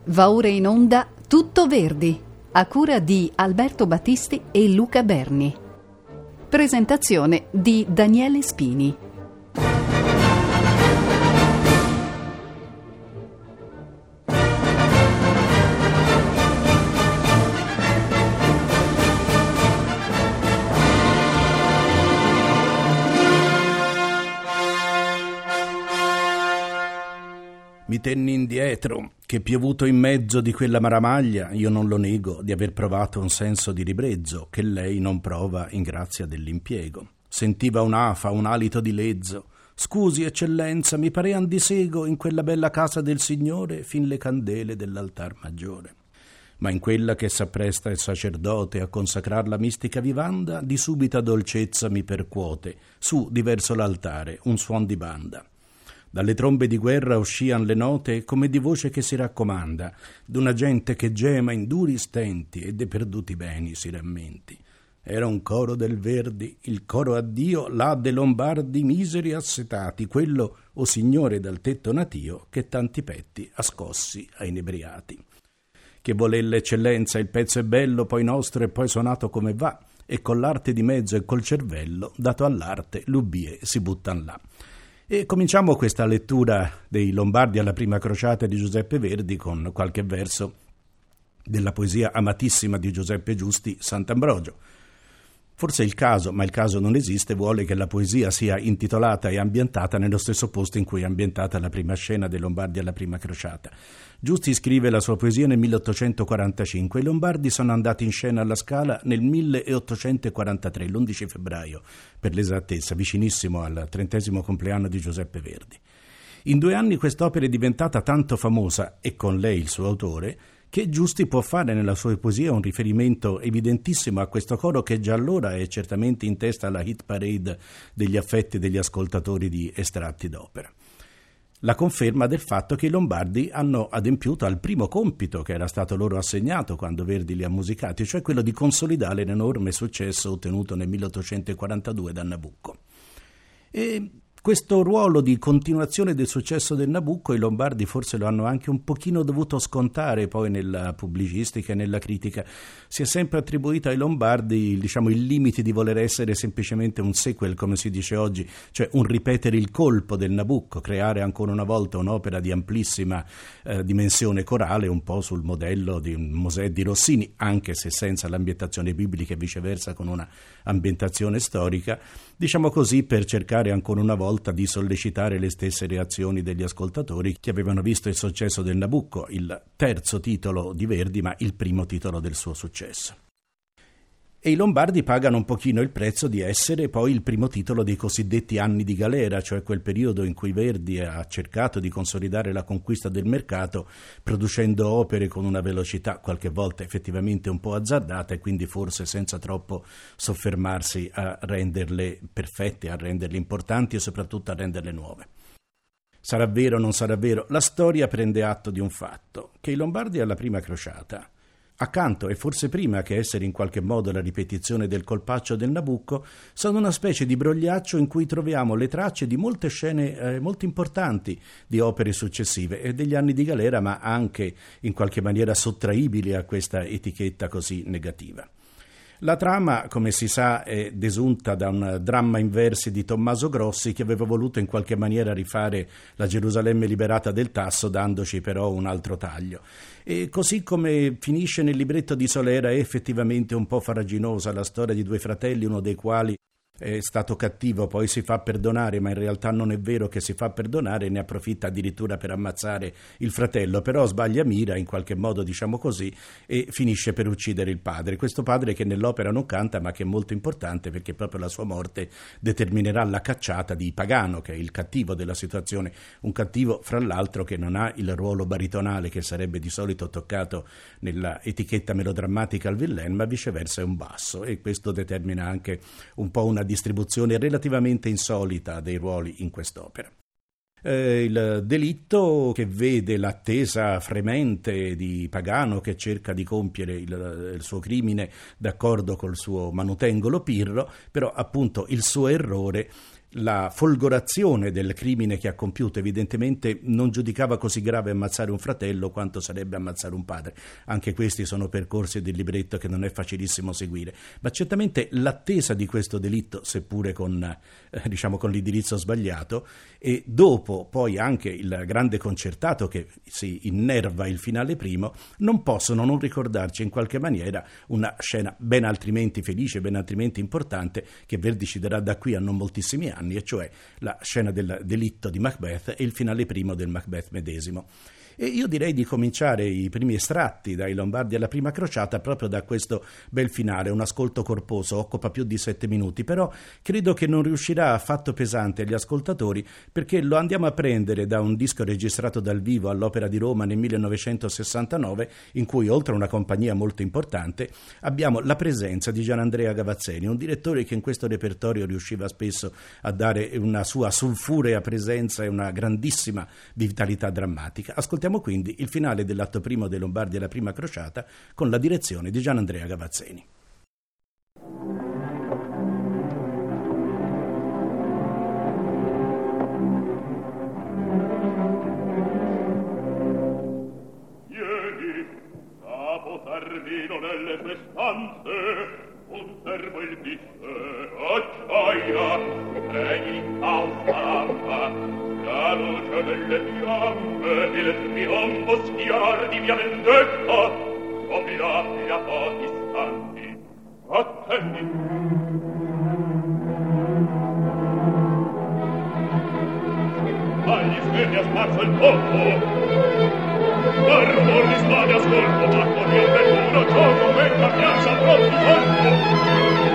Va ora in onda Tutto Verdi, a cura di Alberto Battisti e Luca Berni. Presentazione di Daniele Spini. Mi tenni indietro, che piovuto in mezzo di quella maramaglia, io non lo nego di aver provato un senso di ribrezzo che lei non prova in grazia dell'impiego. Sentiva un'afa, un alito di lezzo. Scusi, eccellenza, mi parean di sego in quella bella casa del Signore fin le candele dell'altar maggiore. Ma in quella che s'appresta il sacerdote a consacrar la mistica vivanda, di subita dolcezza mi percuote, su di verso l'altare un suon di banda. Dalle trombe di guerra uscian le note come di voce che si raccomanda, d'una gente che gema in duri stenti e de perduti beni si rammenti. Era un coro del Verdi, il coro a Dio, là de Lombardi miseri assetati, quello, o Signore dal tetto natio, che tanti petti ha scossi ai inebriati. Che volè l'eccellenza, il pezzo è bello, poi nostro e poi suonato come va, e con l'arte di mezzo e col cervello, dato all'arte, l'ubbie si buttan là. E cominciamo questa lettura dei Lombardi alla prima crociata di Giuseppe Verdi con qualche verso della poesia amatissima di Giuseppe Giusti, Sant'Ambrogio. Forse il caso, ma il caso non esiste, vuole che la poesia sia intitolata e ambientata nello stesso posto in cui è ambientata la prima scena dei Lombardi alla prima crociata. Giusti scrive la sua poesia nel 1845, i Lombardi sono andati in scena alla Scala nel 1843, l'11 febbraio, per l'esattezza, vicinissimo al 30° compleanno di Giuseppe Verdi. In 2 anni quest'opera è diventata tanto famosa, e con lei il suo autore, che Giusti può fare nella sua poesia un riferimento evidentissimo a questo coro che già allora è certamente in testa alla hit parade degli affetti degli ascoltatori di estratti d'opera. La conferma del fatto che i Lombardi hanno adempiuto al primo compito che era stato loro assegnato quando Verdi li ha musicati, cioè quello di consolidare l'enorme successo ottenuto nel 1842 da Nabucco. E questo ruolo di continuazione del successo del Nabucco i Lombardi forse lo hanno anche un pochino dovuto scontare poi nella pubblicistica e nella critica. Si è sempre attribuito ai Lombardi, il limite di voler essere semplicemente un sequel, come si dice oggi, cioè un ripetere il colpo del Nabucco, creare ancora una volta un'opera di amplissima dimensione corale, un po' sul modello di Mosè di Rossini, anche se senza l'ambientazione biblica e viceversa con una ambientazione storica, diciamo così, per cercare ancora una volta di sollecitare le stesse reazioni degli ascoltatori che avevano visto il successo del Nabucco, il terzo titolo di Verdi, ma il primo titolo del suo successo. E i Lombardi pagano un pochino il prezzo di essere poi il primo titolo dei cosiddetti anni di galera, cioè quel periodo in cui Verdi ha cercato di consolidare la conquista del mercato, producendo opere con una velocità qualche volta effettivamente un po' azzardata e quindi forse senza troppo soffermarsi a renderle perfette, a renderle importanti e soprattutto a renderle nuove. Sarà vero o non sarà vero? La storia prende atto di un fatto, che i Lombardi alla prima crociata, accanto e forse prima che essere in qualche modo la ripetizione del colpaccio del Nabucco, sono una specie di brogliaccio in cui troviamo le tracce di molte scene molto importanti di opere successive e degli anni di galera, ma anche in qualche maniera sottraibili a questa etichetta così negativa. La trama, come si sa, è desunta da un dramma in versi di Tommaso Grossi che aveva voluto in qualche maniera rifare la Gerusalemme liberata del Tasso, dandoci però un altro taglio. E così come finisce nel libretto di Solera è effettivamente un po' farraginosa la storia di 2 fratelli, uno dei quali è stato cattivo, poi si fa perdonare, ma in realtà non è vero che si fa perdonare, ne approfitta addirittura per ammazzare il fratello, però sbaglia mira in qualche modo, diciamo così, e finisce per uccidere il padre. Questo padre che nell'opera non canta, ma che è molto importante perché proprio la sua morte determinerà la cacciata di Pagano, che è il cattivo della situazione, un cattivo fra l'altro che non ha il ruolo baritonale che sarebbe di solito toccato nella etichetta melodrammatica al villain, ma viceversa è un basso, e questo determina anche un po' una distribuzione relativamente insolita dei ruoli in quest'opera. Il delitto che vede l'attesa fremente di Pagano che cerca di compiere il suo crimine d'accordo col suo manutengolo Pirro, però appunto il suo errore la folgorazione del crimine che ha compiuto. Evidentemente non giudicava così grave ammazzare un fratello quanto sarebbe ammazzare un padre. Anche questi sono percorsi del libretto che non è facilissimo seguire, ma certamente l'attesa di questo delitto, seppure con l'indirizzo sbagliato, e dopo poi anche il grande concertato che si innerva il finale primo, non possono non ricordarci in qualche maniera una scena ben altrimenti felice, ben altrimenti importante, che Verdi ci darà da qui a non moltissimi anni, e cioè la scena del delitto di Macbeth e il finale primo del Macbeth medesimo. E io direi di cominciare i primi estratti dai Lombardi alla prima crociata proprio da questo bel finale. Un ascolto corposo, occupa più di 7 minuti, però credo che non riuscirà affatto pesante agli ascoltatori, perché lo andiamo a prendere da un disco registrato dal vivo all'Opera di Roma nel 1969, in cui oltre a una compagnia molto importante abbiamo la presenza di Gianandrea Gavazzeni, un direttore che in questo repertorio riusciva spesso a dare una sua sulfurea presenza e una grandissima vitalità drammatica. Ascoltiamo quindi il finale dell'atto primo dei Lombardi alla prima crociata con la direzione di Gianandrea Gavazzeni. Ieri, capo Sarmino nelle sue stanze, osservo il bicchiere acciaia, preghi in causa la luce delle fiamme, il trionfo schiar di mia vendetta, soffrirà a pochi istanti. Attendi! Agli schermi ha sparso il fuoco. Per rumor di spade ascolto, ma con mio ventura gioco questa piazza pronti colpo.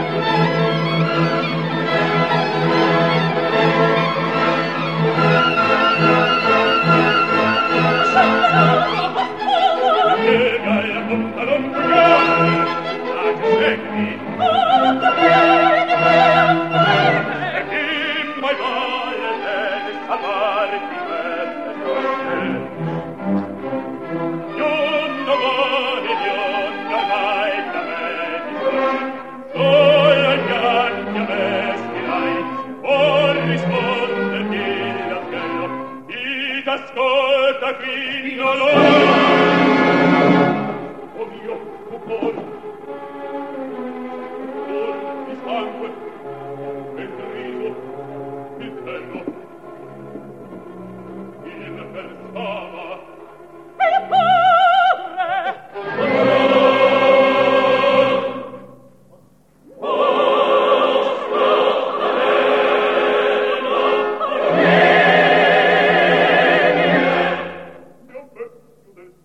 Lega la punta non pugnale, accegni. E chi mai vale deve salvare di queste cose. Giunto mani, giunto mai da me, solo gli anni a me spirai, vuol risponderti da cielo, chi t'ascolta qui non o mio cuore, di sangue, il riso, il ferro, il pensava, il padre. Del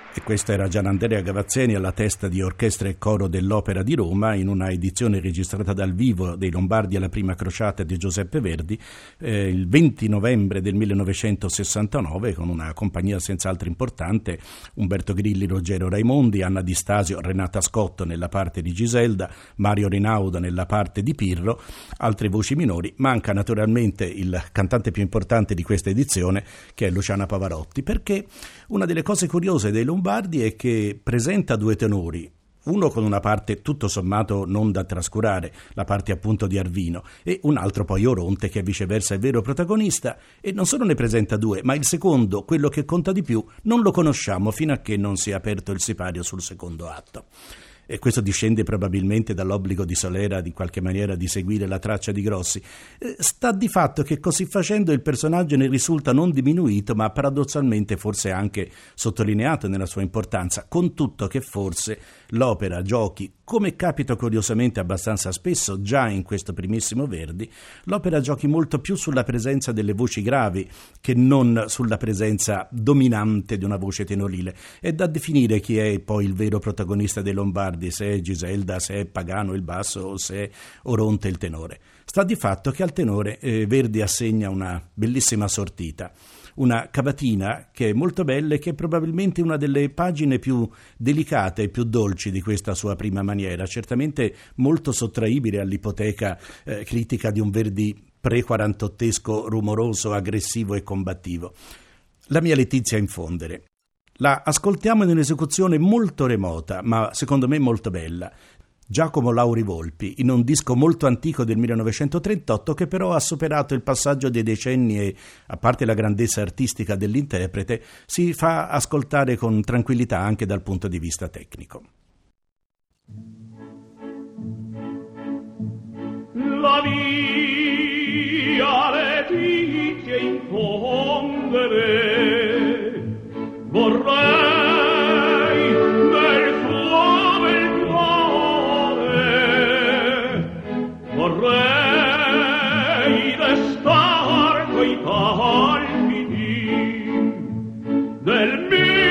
E questo era Gianandrea Gavazzeni alla testa di orchestra e coro dell'Opera di Roma in una edizione registrata dal vivo dei Lombardi alla prima crociata di Giuseppe Verdi il 20 novembre del 1969 con una compagnia senz'altro importante: Umberto Grilli, Ruggero Raimondi, Anna Di Stasio, Renata Scotto nella parte di Giselda, Mario Rinaudo nella parte di Pirro, altre voci minori. Manca naturalmente il cantante più importante di questa edizione, che è Luciana Pavarotti, perché una delle cose curiose dei Lombardi è che presenta due tenori, uno con una parte tutto sommato non da trascurare, la parte appunto di Arvino, e un altro poi Oronte, che viceversa è vero protagonista, e non solo ne presenta due, ma il secondo, quello che conta di più, non lo conosciamo fino a che non si è aperto il sipario sul secondo atto. E questo discende probabilmente dall'obbligo di Solera in qualche maniera di seguire la traccia di Grossi. Sta di fatto che così facendo il personaggio ne risulta non diminuito, ma paradossalmente forse anche sottolineato nella sua importanza, con tutto che forse l'opera giochi, come capita curiosamente abbastanza spesso già in questo primissimo Verdi, l'opera giochi molto più sulla presenza delle voci gravi che non sulla presenza dominante di una voce tenorile. È da definire chi è poi il vero protagonista dei Lombardi, se è Giselda, se è Pagano il basso o se è Oronte il tenore. Sta di fatto che al tenore Verdi assegna una bellissima sortita, una cavatina che è molto bella e che è probabilmente una delle pagine più delicate e più dolci di questa sua prima maniera, certamente molto sottraibile all'ipoteca critica di un Verdi pre-quarantottesco rumoroso, aggressivo e combattivo. La mia Letizia Infondere. La ascoltiamo in un'esecuzione molto remota, ma secondo me molto bella. Giacomo Lauri Volpi, in un disco molto antico del 1938 che però ha superato il passaggio dei decenni e, a parte la grandezza artistica dell'interprete, si fa ascoltare con tranquillità anche dal punto di vista tecnico. La mia Letizia infondere vorrei nel suo bel cuore, vorrei destar coi palpiti del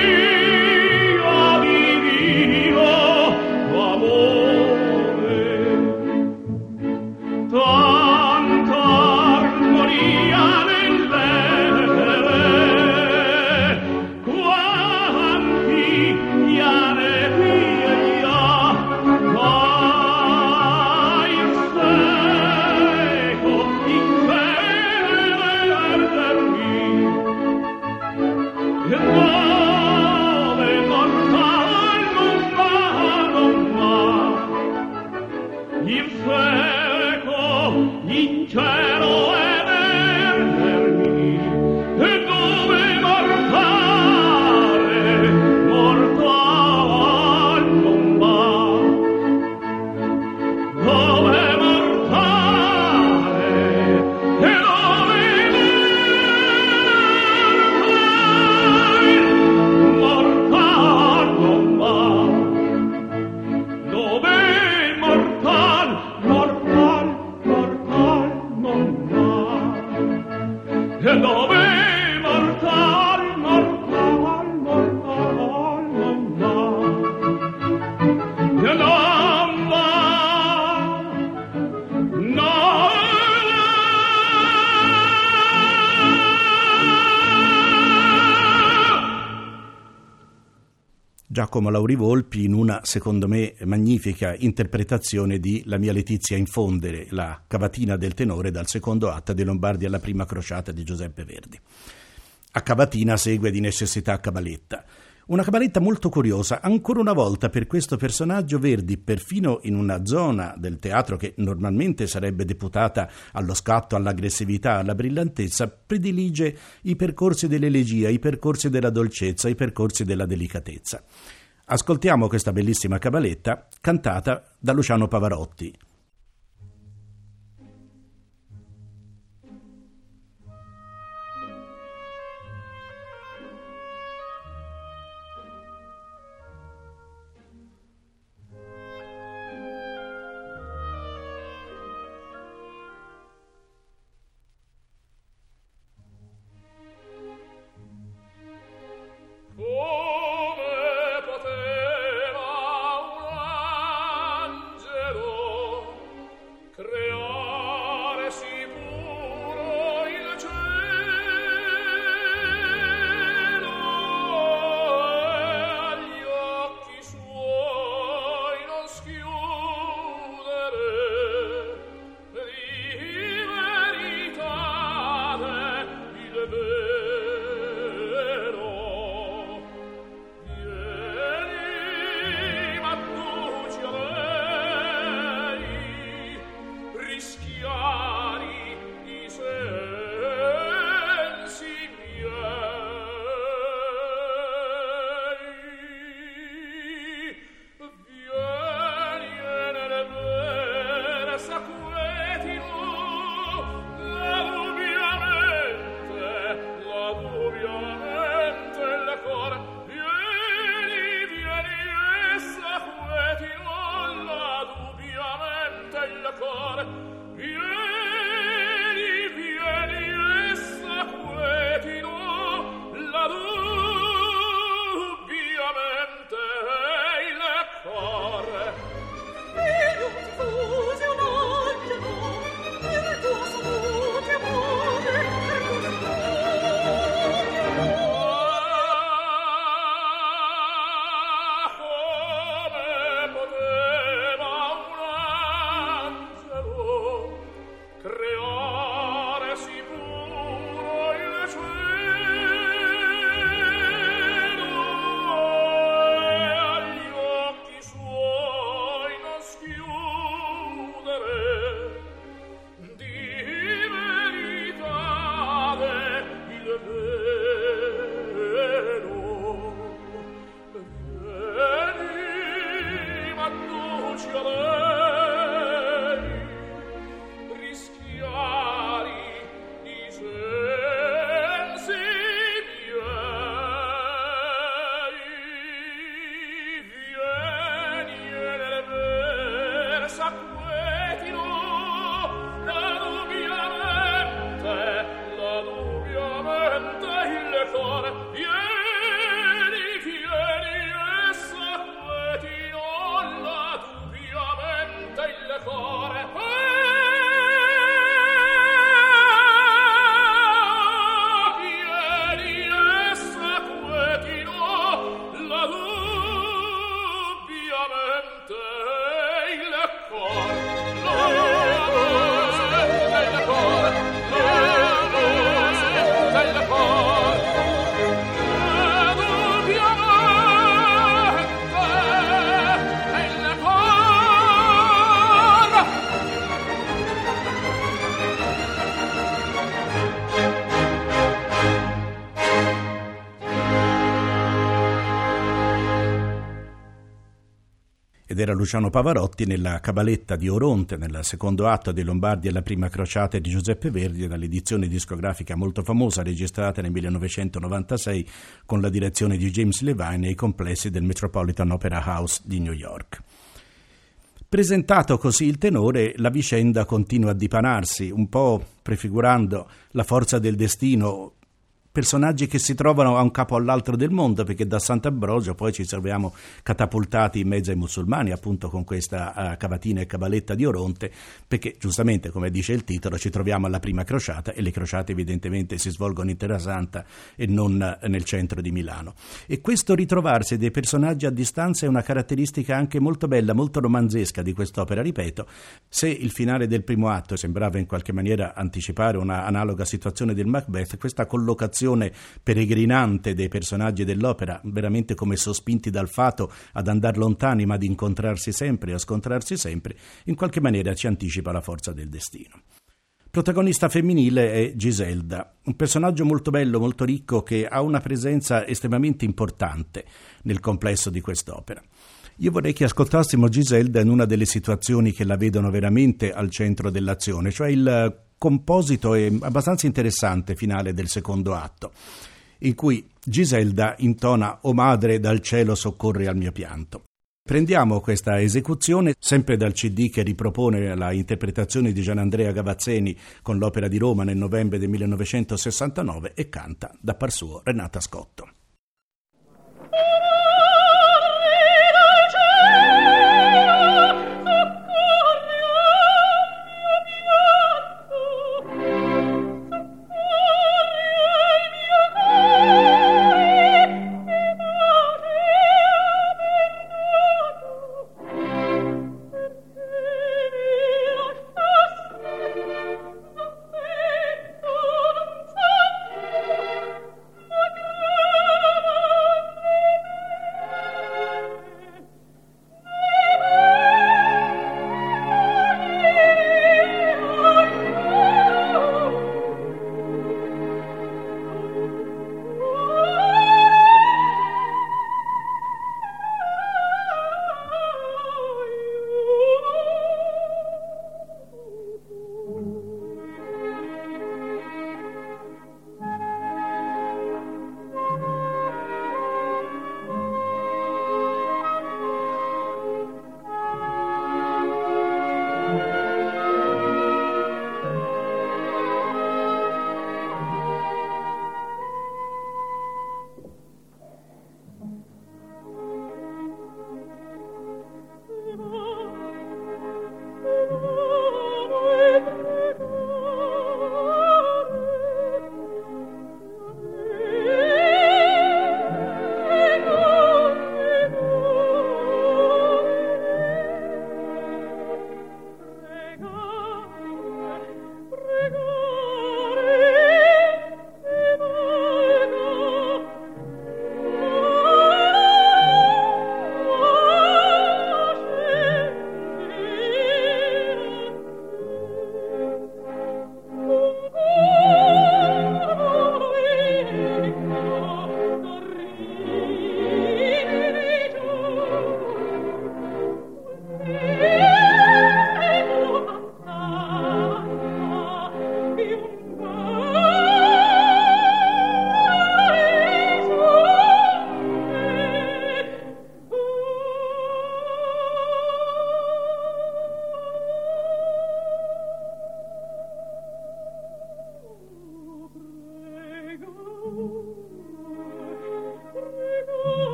mio divino amore. Tanta armonia nell'etere, quanti chiare via, ma il seco incerdermi, e dove mortal non va, il seco in cielo e perdermi, e dove mortale non va, dove mortale e dove mortal non va, dove mortal non va, e dove mortal non va, e non va, no. Giacomo Lauri Volpi in una, secondo me, magnifica interpretazione di La mia Letizia Infondere, la cavatina del tenore dal secondo atto dei Lombardi alla prima crociata di Giuseppe Verdi. A cavatina segue di necessità cabaletta. Una cabaletta molto curiosa, ancora una volta per questo personaggio Verdi, perfino in una zona del teatro che normalmente sarebbe deputata allo scatto, all'aggressività, alla brillantezza, predilige i percorsi dell'elegia, i percorsi della dolcezza, i percorsi della delicatezza. Ascoltiamo questa bellissima cabaletta cantata da Luciano Pavarotti. Come ed era Luciano Pavarotti nella Cabaletta di Oronte, nel secondo atto dei Lombardi e la prima crociata di Giuseppe Verdi, dall'edizione discografica molto famosa registrata nel 1996 con la direzione di James Levine e i complessi del Metropolitan Opera House di New York. Presentato così il tenore, la vicenda continua a dipanarsi, un po' prefigurando la forza del destino, personaggi che si trovano a un capo all'altro del mondo, perché da Sant'Ambrogio poi ci troviamo catapultati in mezzo ai musulmani, appunto con questa cavatina e cabaletta di Oronte, perché giustamente, come dice il titolo, ci troviamo alla prima crociata e le crociate evidentemente si svolgono in Terra Santa e non nel centro di Milano. E questo ritrovarsi dei personaggi a distanza è una caratteristica anche molto bella, molto romanzesca di quest'opera, ripeto. Se il finale del primo atto sembrava in qualche maniera anticipare una analoga situazione del Macbeth, questa collocazione peregrinante dei personaggi dell'opera, veramente come sospinti dal fato ad andare lontani ma ad incontrarsi sempre, a scontrarsi sempre, in qualche maniera ci anticipa la forza del destino. Protagonista femminile è Giselda, un personaggio molto bello, molto ricco, che ha una presenza estremamente importante nel complesso di quest'opera. Io vorrei che ascoltassimo Giselda in una delle situazioni che la vedono veramente al centro dell'azione, cioè il composito e abbastanza interessante finale del secondo atto, in cui Giselda intona «O madre, dal cielo soccorri al mio pianto». Prendiamo questa esecuzione sempre dal CD che ripropone la interpretazione di Gianandrea Gavazzeni con l'Opera di Roma nel novembre del 1969 e canta da par suo Renata Scotto. Oh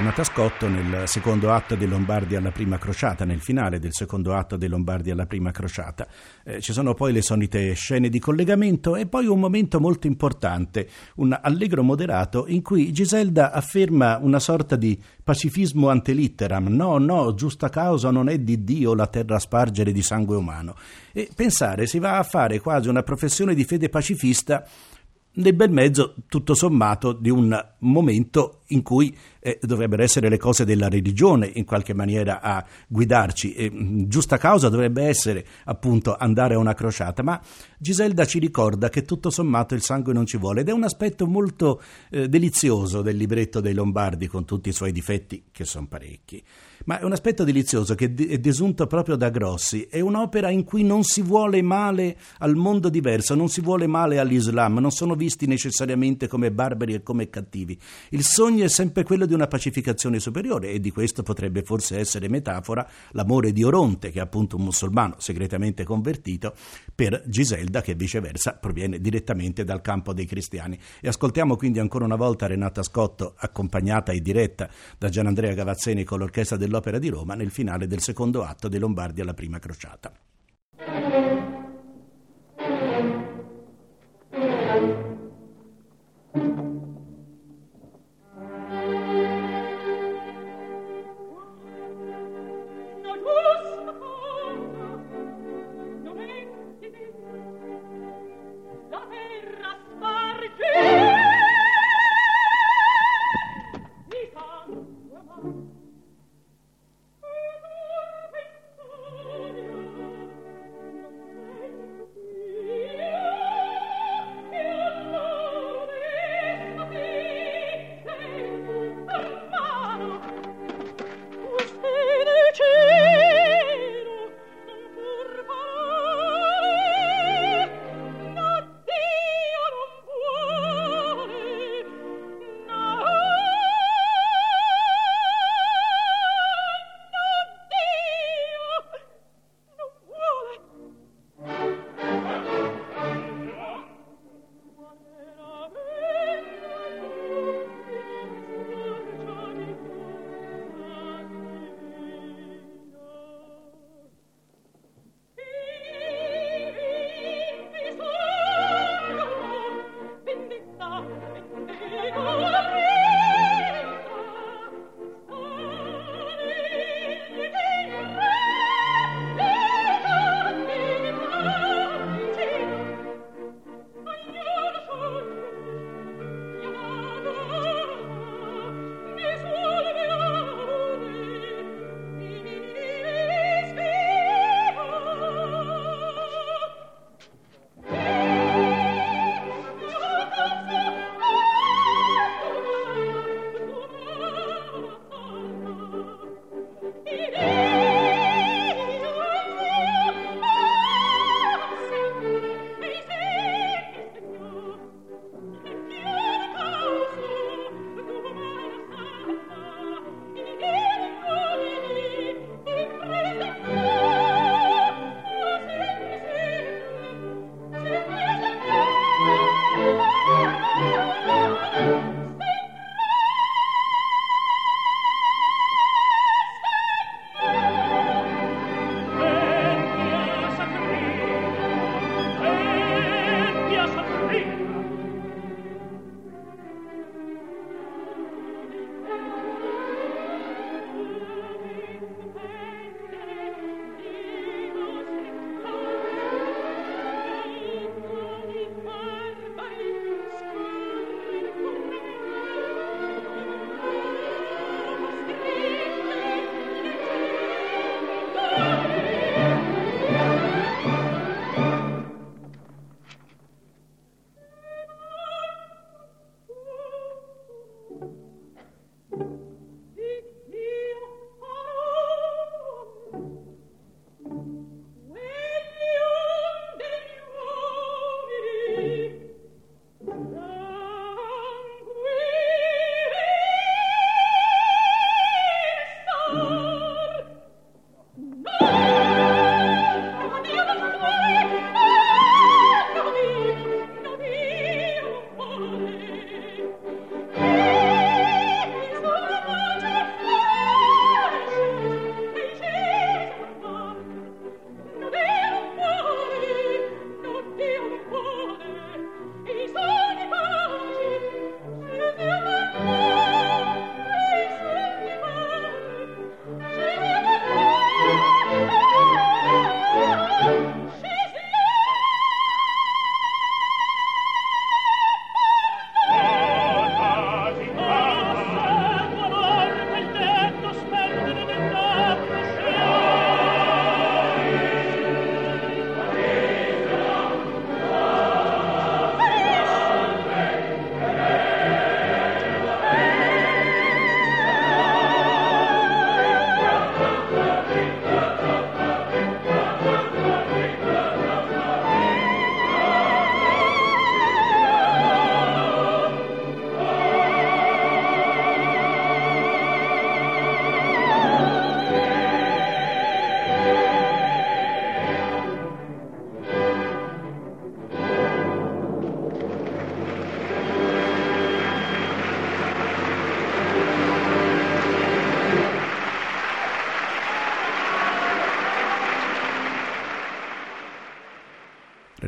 Renata Scotto nel secondo atto dei Lombardi alla Prima Crociata, nel finale del secondo atto dei Lombardi alla Prima Crociata. Ci sono poi le solite scene di collegamento e poi un momento molto importante, un allegro moderato in cui Giselda afferma una sorta di pacifismo ante litteram. No, giusta causa non è di Dio la terra spargere di sangue umano. E pensare, si va a fare quasi una professione di fede pacifista nel bel mezzo, tutto sommato, di un momento in cui dovrebbero essere le cose della religione in qualche maniera a guidarci. Giusta causa dovrebbe essere appunto andare a una crociata, ma Giselda ci ricorda che tutto sommato il sangue non ci vuole, ed è un aspetto molto delizioso del libretto dei Lombardi, con tutti i suoi difetti, che sono parecchi. Ma è un aspetto delizioso che è desunto proprio da Grossi. È un'opera in cui non si vuole male al mondo diverso, non si vuole male all'Islam, non sono visti necessariamente come barbari e come cattivi. Il sogno è sempre quello di una pacificazione superiore, e di questo potrebbe forse essere metafora l'amore di Oronte, che è appunto un musulmano segretamente convertito, per Giselda, che viceversa proviene direttamente dal campo dei cristiani. E ascoltiamo quindi ancora una volta Renata Scotto, accompagnata e diretta da Gianandrea Gavazzeni con l'Orchestra dell'Opera di Roma, nel finale del secondo atto dei Lombardi alla Prima Crociata.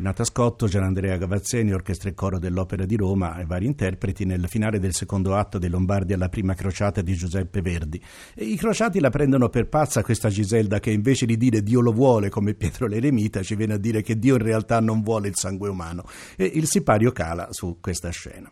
Renata Scotto, Gianandrea Gavazzeni, orchestra e coro dell'Opera di Roma e vari interpreti nel finale del secondo atto dei Lombardi alla prima crociata di Giuseppe Verdi. E i crociati la prendono per pazza questa Giselda, che invece di dire Dio lo vuole come Pietro l'Eremita ci viene a dire che Dio in realtà non vuole il sangue umano, e il sipario cala su questa scena.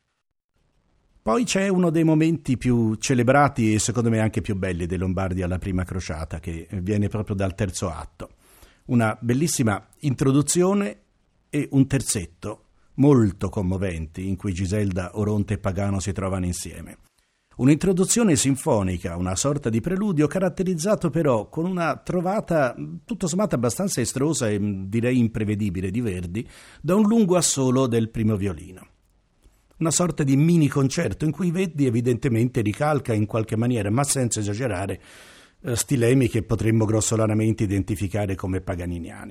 Poi c'è uno dei momenti più celebrati e secondo me anche più belli dei Lombardi alla prima crociata, che viene proprio dal terzo atto. Una bellissima introduzione e un terzetto molto commoventi in cui Giselda, Oronte e Pagano si trovano insieme. Un'introduzione sinfonica, una sorta di preludio caratterizzato però con una trovata tutto sommato abbastanza estrosa e direi imprevedibile di Verdi da un lungo assolo del primo violino. Una sorta di mini concerto in cui Verdi evidentemente ricalca in qualche maniera, ma senza esagerare, stilemi che potremmo grossolanamente identificare come paganiniani.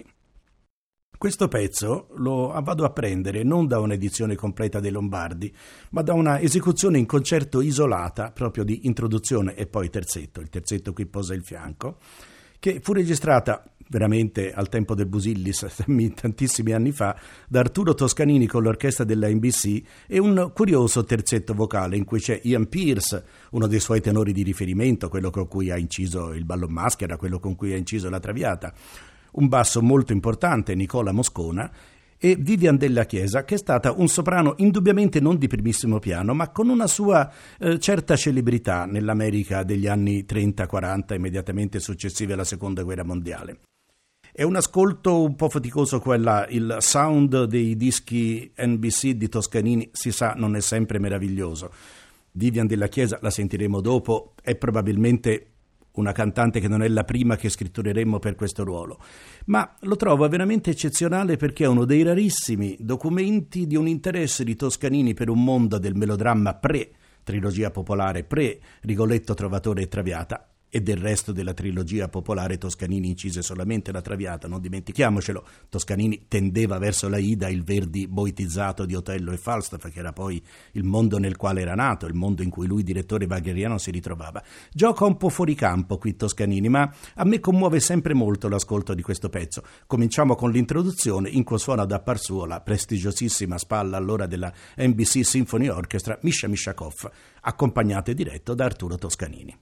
Questo pezzo lo vado a prendere non da un'edizione completa dei Lombardi, ma da una esecuzione in concerto isolata, proprio di introduzione e poi terzetto, il terzetto qui posa il fianco, che fu registrata veramente al tempo del Busillis, tantissimi anni fa, da Arturo Toscanini con l'orchestra della NBC, e un curioso terzetto vocale in cui c'è Ian Pearce, uno dei suoi tenori di riferimento, quello con cui ha inciso il Ballo Maschera, quello con cui ha inciso la Traviata, un basso molto importante, Nicola Moscona, e Vivian Della Chiesa, che è stata un soprano indubbiamente non di primissimo piano, ma con una sua certa celebrità nell'America degli anni 30-40, immediatamente successivi alla Seconda Guerra Mondiale. È un ascolto un po' faticoso il sound dei dischi NBC di Toscanini, si sa, non è sempre meraviglioso. Vivian Della Chiesa, la sentiremo dopo, è probabilmente una cantante che non è la prima che scrittureremmo per questo ruolo, ma lo trovo veramente eccezionale perché è uno dei rarissimi documenti di un interesse di Toscanini per un mondo del melodramma pre-trilogia popolare, pre-Rigoletto, Trovatore e Traviata, e del resto della trilogia popolare Toscanini incise solamente la Traviata, non dimentichiamocelo. Toscanini tendeva verso l'Aida, il Verdi boitizzato di Otello e Falstaff, che era poi il mondo nel quale era nato, il mondo in cui lui, direttore wagneriano, si ritrovava. Gioca un po' fuori campo qui Toscanini, ma a me commuove sempre molto l'ascolto di questo pezzo. Cominciamo con l'introduzione, in cui suona da par suo la prestigiosissima spalla allora della NBC Symphony Orchestra, Misha Mishakov, accompagnato e diretto da Arturo Toscanini.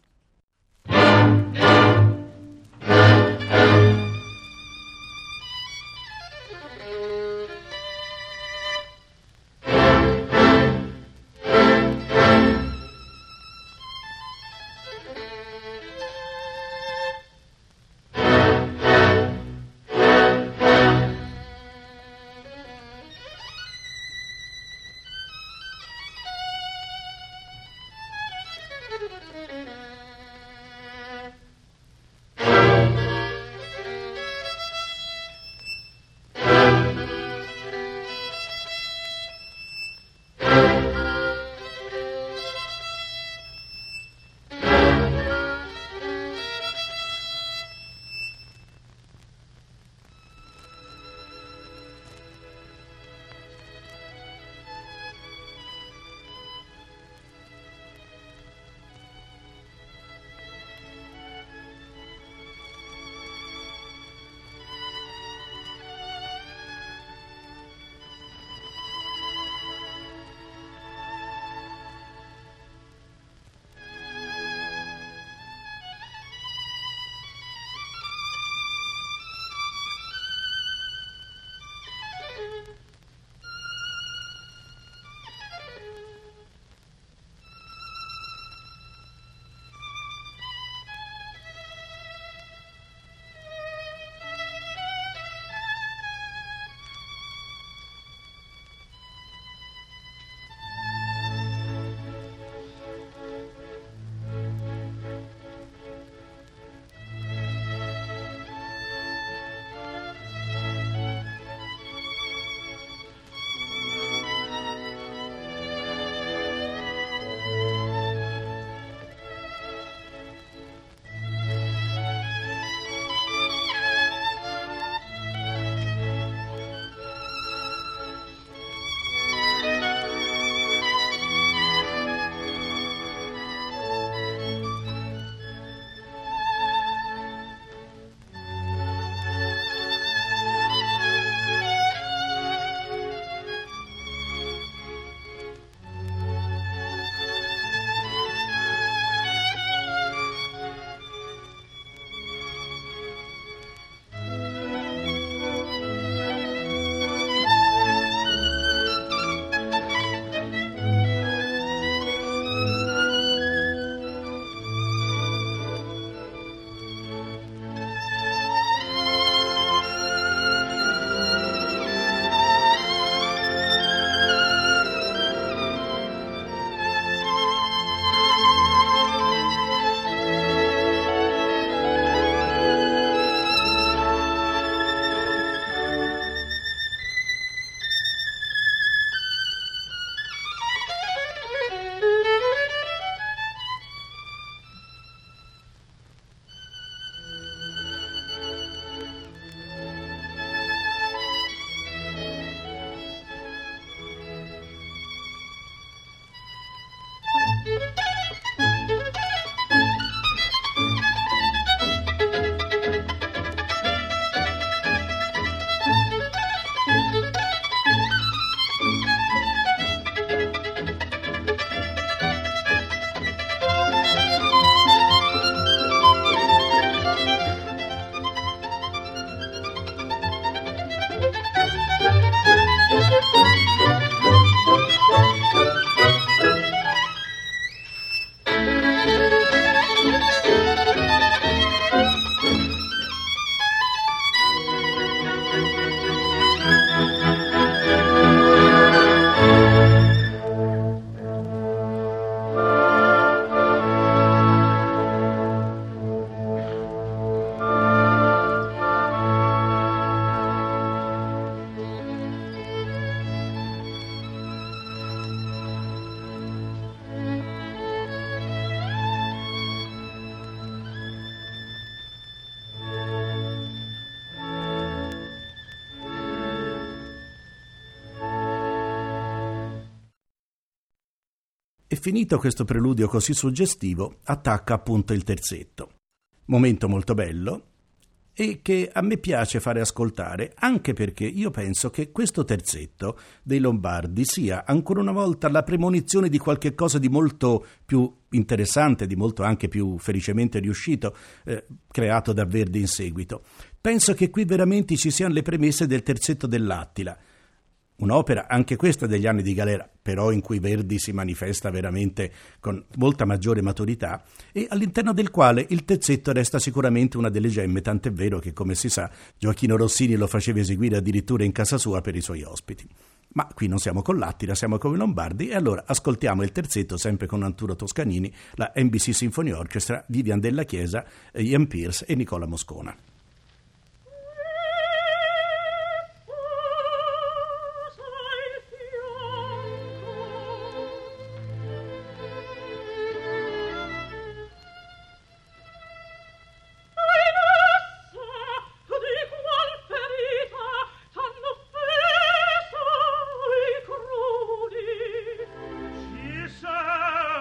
E finito questo preludio così suggestivo, attacca appunto il terzetto. Momento molto bello e che a me piace fare ascoltare, anche perché io penso che questo terzetto dei Lombardi sia ancora una volta la premonizione di qualche cosa di molto più interessante, di molto anche più felicemente riuscito, creato da Verdi in seguito. Penso che qui veramente ci siano le premesse del terzetto dell'Attila, un'opera anche questa degli anni di Galera, però in cui Verdi si manifesta veramente con molta maggiore maturità e all'interno del quale il terzetto resta sicuramente una delle gemme, tant'è vero che, come si sa, Gioacchino Rossini lo faceva eseguire addirittura in casa sua per i suoi ospiti. Ma qui non siamo con l'Attila, siamo con i Lombardi, e allora ascoltiamo il terzetto sempre con Arturo Toscanini, la NBC Symphony Orchestra, Vivian Della Chiesa, Ian Pierce e Nicola Moscona.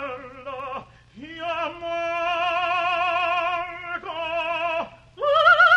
Oh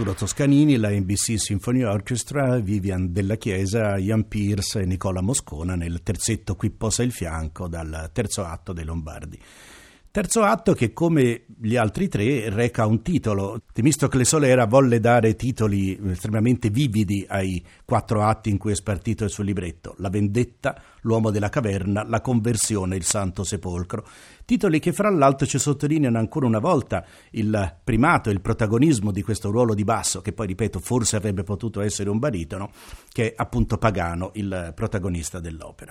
Arturo Toscanini, la NBC Symphony Orchestra, Vivian Della Chiesa, Ian Pierce e Nicola Moscona nel terzetto Qui posa il fianco dal terzo atto dei Lombardi. Terzo atto che, come gli altri tre, reca un titolo. Temistocle Solera volle dare titoli estremamente vividi ai 4 atti in cui è spartito il suo libretto: La vendetta, L'uomo della caverna, La conversione, Il santo sepolcro. Titoli che fra l'altro ci sottolineano ancora una volta il primato e il protagonismo di questo ruolo di basso, che poi, ripeto, forse avrebbe potuto essere un baritono, che è appunto Pagano, il protagonista dell'opera.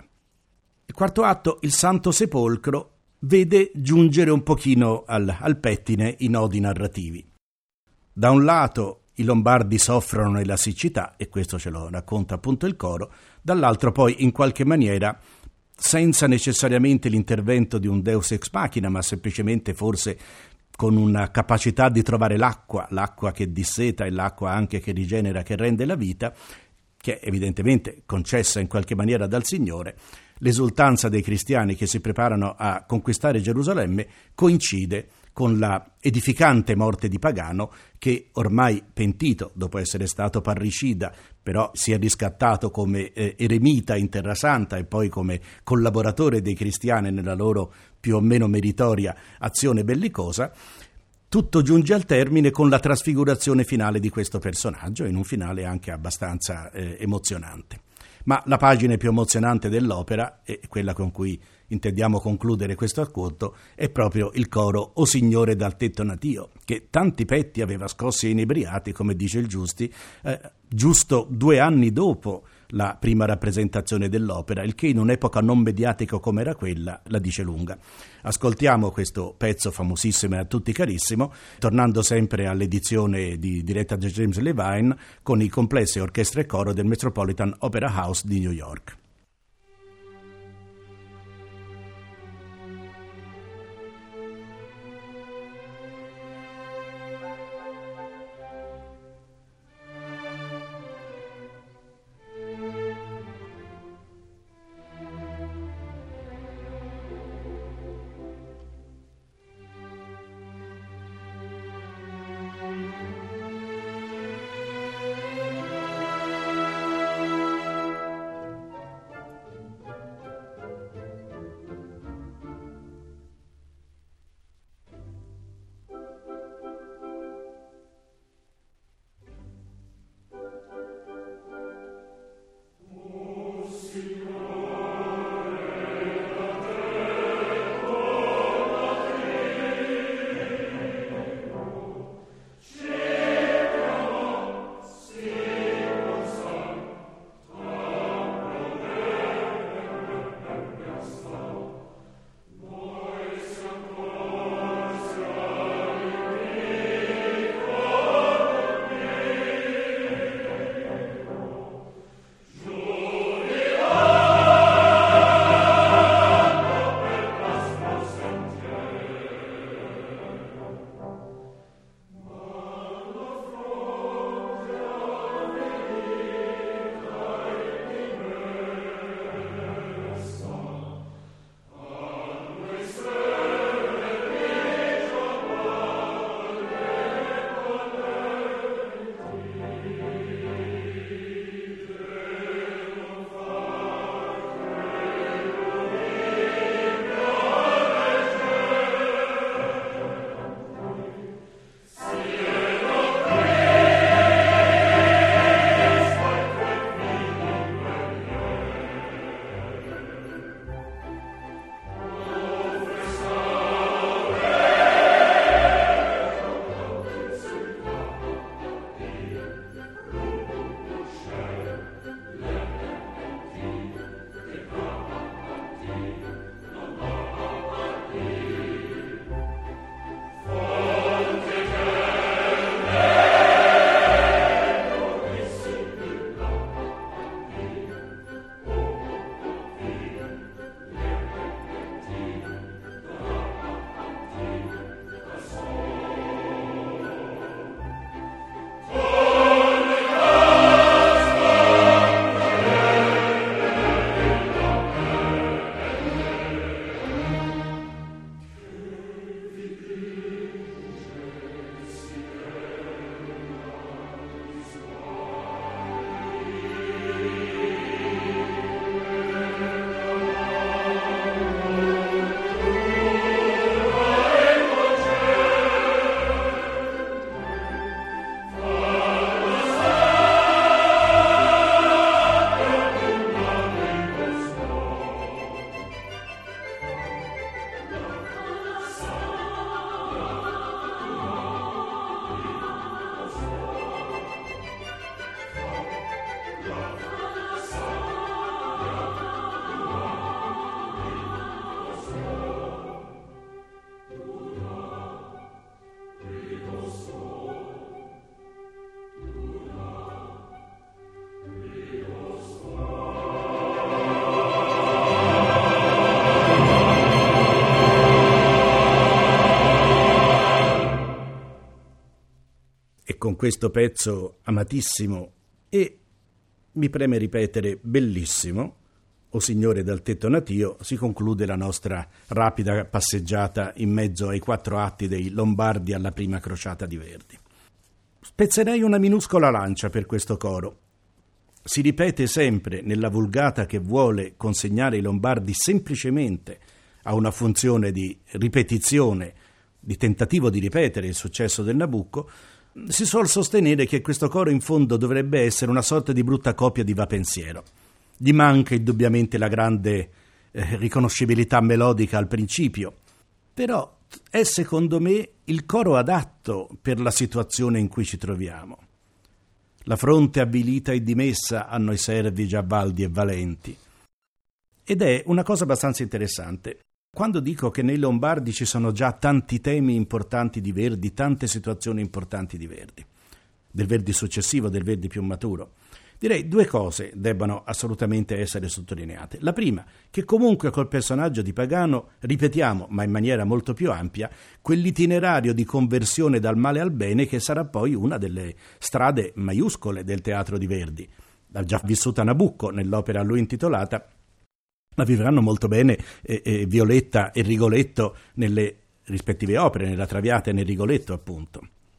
Il quarto atto, Il santo sepolcro, vede giungere un pochino al pettine i nodi narrativi. Da un lato i Lombardi soffrono nella siccità, e questo ce lo racconta appunto il coro, dall'altro poi in qualche maniera, senza necessariamente l'intervento di un deus ex machina, ma semplicemente forse con una capacità di trovare l'acqua che disseta e l'acqua anche che rigenera, che rende la vita, che è evidentemente concessa in qualche maniera dal Signore, l'esultanza dei cristiani che si preparano a conquistare Gerusalemme coincide con la edificante morte di Pagano, che ormai pentito, dopo essere stato parricida, però si è riscattato come eremita in Terra Santa e poi come collaboratore dei cristiani nella loro più o meno meritoria azione bellicosa. Tutto giunge al termine con la trasfigurazione finale di questo personaggio, in un finale anche abbastanza emozionante. Ma la pagina più emozionante dell'opera, e quella con cui intendiamo concludere questo racconto, è proprio il coro O Signore dal tetto natio, che tanti petti aveva scossi e inebriati, come dice il Giusti, giusto 2 anni dopo la prima rappresentazione dell'opera, il che in un'epoca non mediatica come era quella la dice lunga. Ascoltiamo questo pezzo famosissimo e a tutti carissimo, tornando sempre all'edizione diretta da James Levine, con i complessi orchestra e coro del Metropolitan Opera House di New York. con questo pezzo amatissimo e, mi preme ripetere, bellissimo, O Signore dal tetto natio, si conclude la nostra rapida passeggiata in mezzo ai 4 atti dei Lombardi alla prima crociata di Verdi. Spezzerei una minuscola lancia per questo coro. Si ripete sempre nella vulgata che vuole consegnare i Lombardi semplicemente a una funzione di ripetizione, di tentativo di ripetere il successo del Nabucco. Si suol sostenere che questo coro in fondo dovrebbe essere una sorta di brutta copia di Va Pensiero. Gli manca indubbiamente la grande riconoscibilità melodica al principio, però è secondo me il coro adatto per la situazione in cui ci troviamo. La fronte avvilita e dimessa a noi servi già valdi e valenti. Ed è una cosa abbastanza interessante. Quando dico che nei Lombardi ci sono già tanti temi importanti di Verdi, tante situazioni importanti di Verdi, del Verdi successivo, del Verdi più maturo, direi 2 cose debbano assolutamente essere sottolineate. La prima, che comunque col personaggio di Pagano ripetiamo, ma in maniera molto più ampia, quell'itinerario di conversione dal male al bene che sarà poi una delle strade maiuscole del teatro di Verdi. L'ha già vissuta Nabucco nell'opera a lui intitolata, ma vivranno molto bene Violetta e Rigoletto nelle rispettive opere, nella Traviata e nel Rigoletto appunto.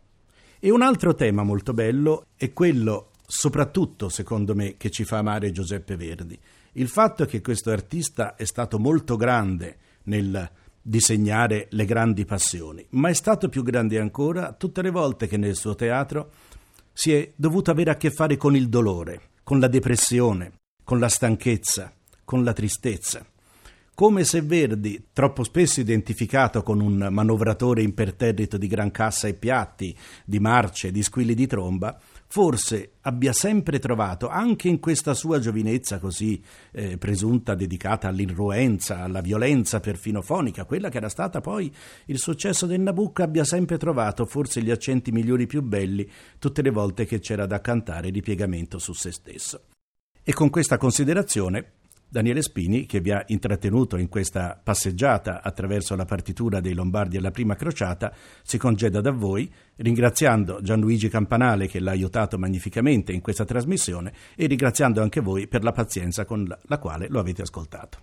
E un altro tema molto bello è quello, soprattutto secondo me, che ci fa amare Giuseppe Verdi. Il fatto che questo artista è stato molto grande nel disegnare le grandi passioni, ma è stato più grande ancora tutte le volte che nel suo teatro si è dovuto avere a che fare con il dolore, con la depressione, con la stanchezza, con la tristezza. Come se Verdi, troppo spesso identificato con un manovratore imperterrito di gran cassa e piatti, di marce, di squilli di tromba, forse abbia sempre trovato, anche in questa sua giovinezza così presunta dedicata all'irruenza, alla violenza perfino fonica, quella che era stata poi il successo del Nabucco, abbia sempre trovato forse gli accenti migliori più belli tutte le volte che c'era da cantare ripiegamento su se stesso. E con questa considerazione Daniele Spini, che vi ha intrattenuto in questa passeggiata attraverso la partitura dei Lombardi alla prima crociata, si congeda da voi, ringraziando Gianluigi Campanale che l'ha aiutato magnificamente in questa trasmissione e ringraziando anche voi per la pazienza con la quale lo avete ascoltato.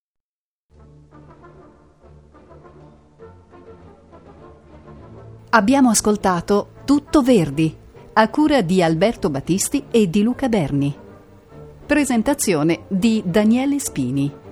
Abbiamo ascoltato Tutto Verdi, a cura di Alberto Battisti e di Luca Berni. Presentazione di Daniele Spini.